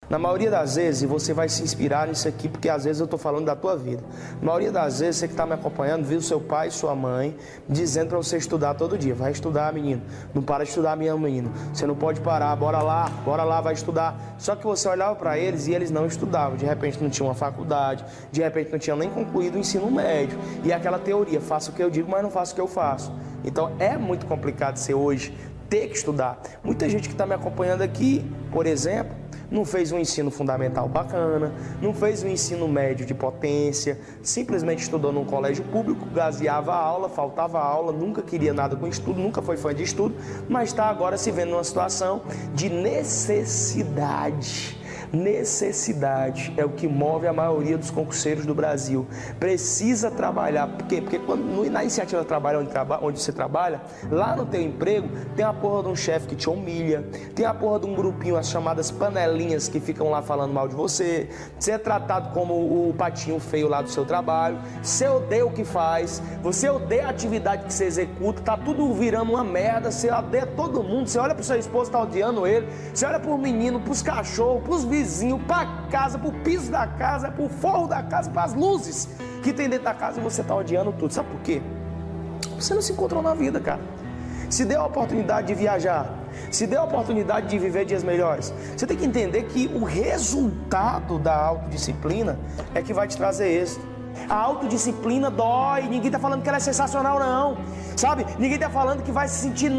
Na maioria das vezes, e você vai se inspirar nisso aqui, porque às vezes eu estou falando da tua vida. Na maioria das vezes, você que está me acompanhando, viu seu pai e sua mãe dizendo para você estudar todo dia. Vai estudar, menino. Não para de estudar, minha menino. Você não pode parar. Bora lá, vai estudar. Só que você olhava para eles e eles não estudavam. De repente não tinham uma faculdade, de repente não tinham nem concluído o ensino médio. E aquela teoria, faço o que eu digo, mas não faço o que eu faço. Então é muito complicado ser hoje ter que estudar. Muita gente que está me acompanhando aqui, por exemplo, não fez um ensino fundamental bacana, não fez um ensino médio de potência, simplesmente estudou num colégio público, gaseava a aula, faltava aula, nunca queria nada com estudo, nunca foi fã de estudo, mas está agora se vendo numa situação de necessidade. Necessidade é o que move a maioria dos concurseiros do Brasil. Precisa trabalhar. Por quê? Porque na iniciativa trabalho onde você trabalha, lá no teu emprego, tem a porra de um chefe que te humilha, tem a porra de um grupinho, as chamadas panelinhas que ficam lá falando mal de você. Você é tratado como o patinho feio lá do seu trabalho. Você odeia o que faz, você odeia a atividade que você executa, tá tudo virando uma merda, você odeia todo mundo. Você olha pro seu esposo, tá odiando ele, você olha pro menino, pros cachorros, pros vizinho, para casa, para o piso da casa, para o forro da casa, para as luzes que tem dentro da casa, e você está odiando tudo. Sabe por quê? Você não se encontrou na vida, cara. Se deu a oportunidade de viajar, se deu a oportunidade de viver dias melhores, você tem que entender que o resultado da autodisciplina é que vai te trazer êxito. A autodisciplina dói, ninguém está falando que ela é sensacional não, sabe? Ninguém está falando que vai se sentir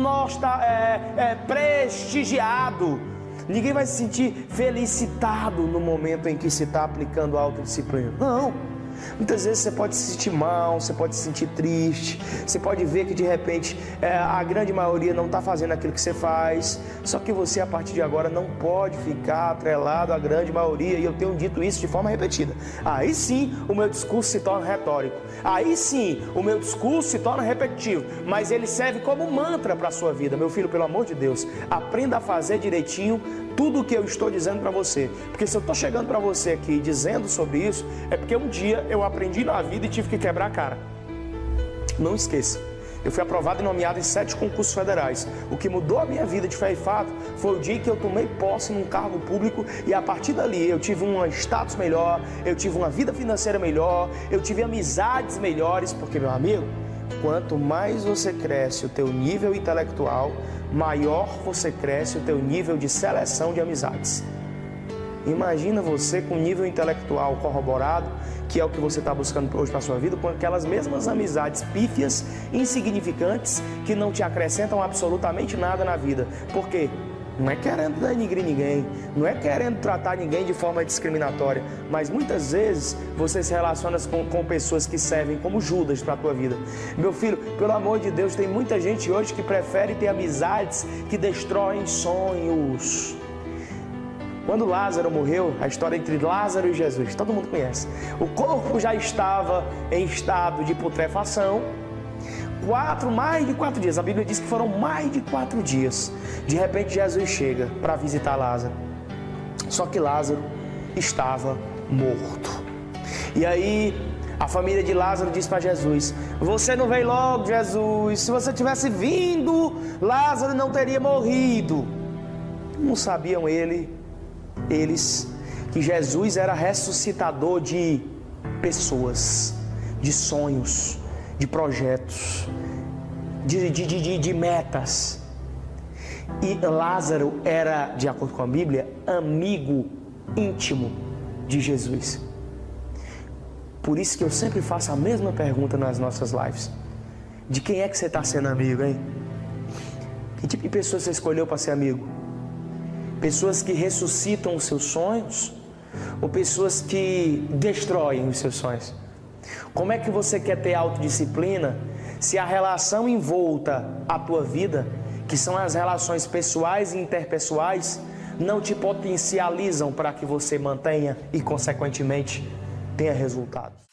prestigiado. Ninguém vai se sentir felicitado no momento em que se está aplicando a autodisciplina. Não. Muitas vezes você pode se sentir mal, você pode se sentir triste, você pode ver que de repente a grande maioria não está fazendo aquilo que você faz. Só que você, a partir de agora, não pode ficar atrelado à grande maioria, e eu tenho dito isso de forma repetida. Aí sim o meu discurso se torna retórico, aí sim o meu discurso se torna repetitivo, mas ele serve como mantra para a sua vida. Meu filho, pelo amor de Deus, aprenda a fazer direitinho tudo o que eu estou dizendo para você, porque se eu estou chegando para você aqui dizendo sobre isso, é porque um dia eu aprendi na vida e tive que quebrar a cara. Não esqueça, eu fui aprovado e nomeado em 7 concursos federais. O que mudou a minha vida de fé e fato foi o dia que eu tomei posse num cargo público, e a partir dali eu tive um status melhor, eu tive uma vida financeira melhor, eu tive amizades melhores, porque, meu amigo, quanto mais você cresce o teu nível intelectual, maior você cresce o teu nível de seleção de amizades. Imagina você com nível intelectual corroborado, que é o que você está buscando hoje para a sua vida, com aquelas mesmas amizades pífias, insignificantes, que não te acrescentam absolutamente nada na vida. Por quê? Não é querendo denigrir ninguém, não é querendo tratar ninguém de forma discriminatória, mas muitas vezes você se relaciona com pessoas que servem como Judas para a tua vida. Meu filho, pelo amor de Deus, tem muita gente hoje que prefere ter amizades que destroem sonhos. Quando Lázaro morreu, a história entre Lázaro e Jesus, todo mundo conhece. O corpo já estava em estado de putrefação. Mais de 4 dias, a Bíblia diz que foram mais de 4 dias. De repente Jesus chega para visitar Lázaro. Só que Lázaro estava morto. E aí a família de Lázaro diz para Jesus: você não veio logo, Jesus? Se você tivesse vindo, Lázaro não teria morrido. Não sabiam eles que Jesus era ressuscitador de pessoas, de sonhos, de projetos, de metas. E Lázaro era, de acordo com a Bíblia, amigo íntimo de Jesus. Por isso que eu sempre faço a mesma pergunta nas nossas lives: de quem é que você está sendo amigo, hein? Que tipo de pessoa você escolheu para ser amigo? Pessoas que ressuscitam os seus sonhos, ou pessoas que destroem os seus sonhos? Como é que você quer ter autodisciplina se a relação envolta à tua vida, que são as relações pessoais e interpessoais, não te potencializam para que você mantenha e, consequentemente, tenha resultados?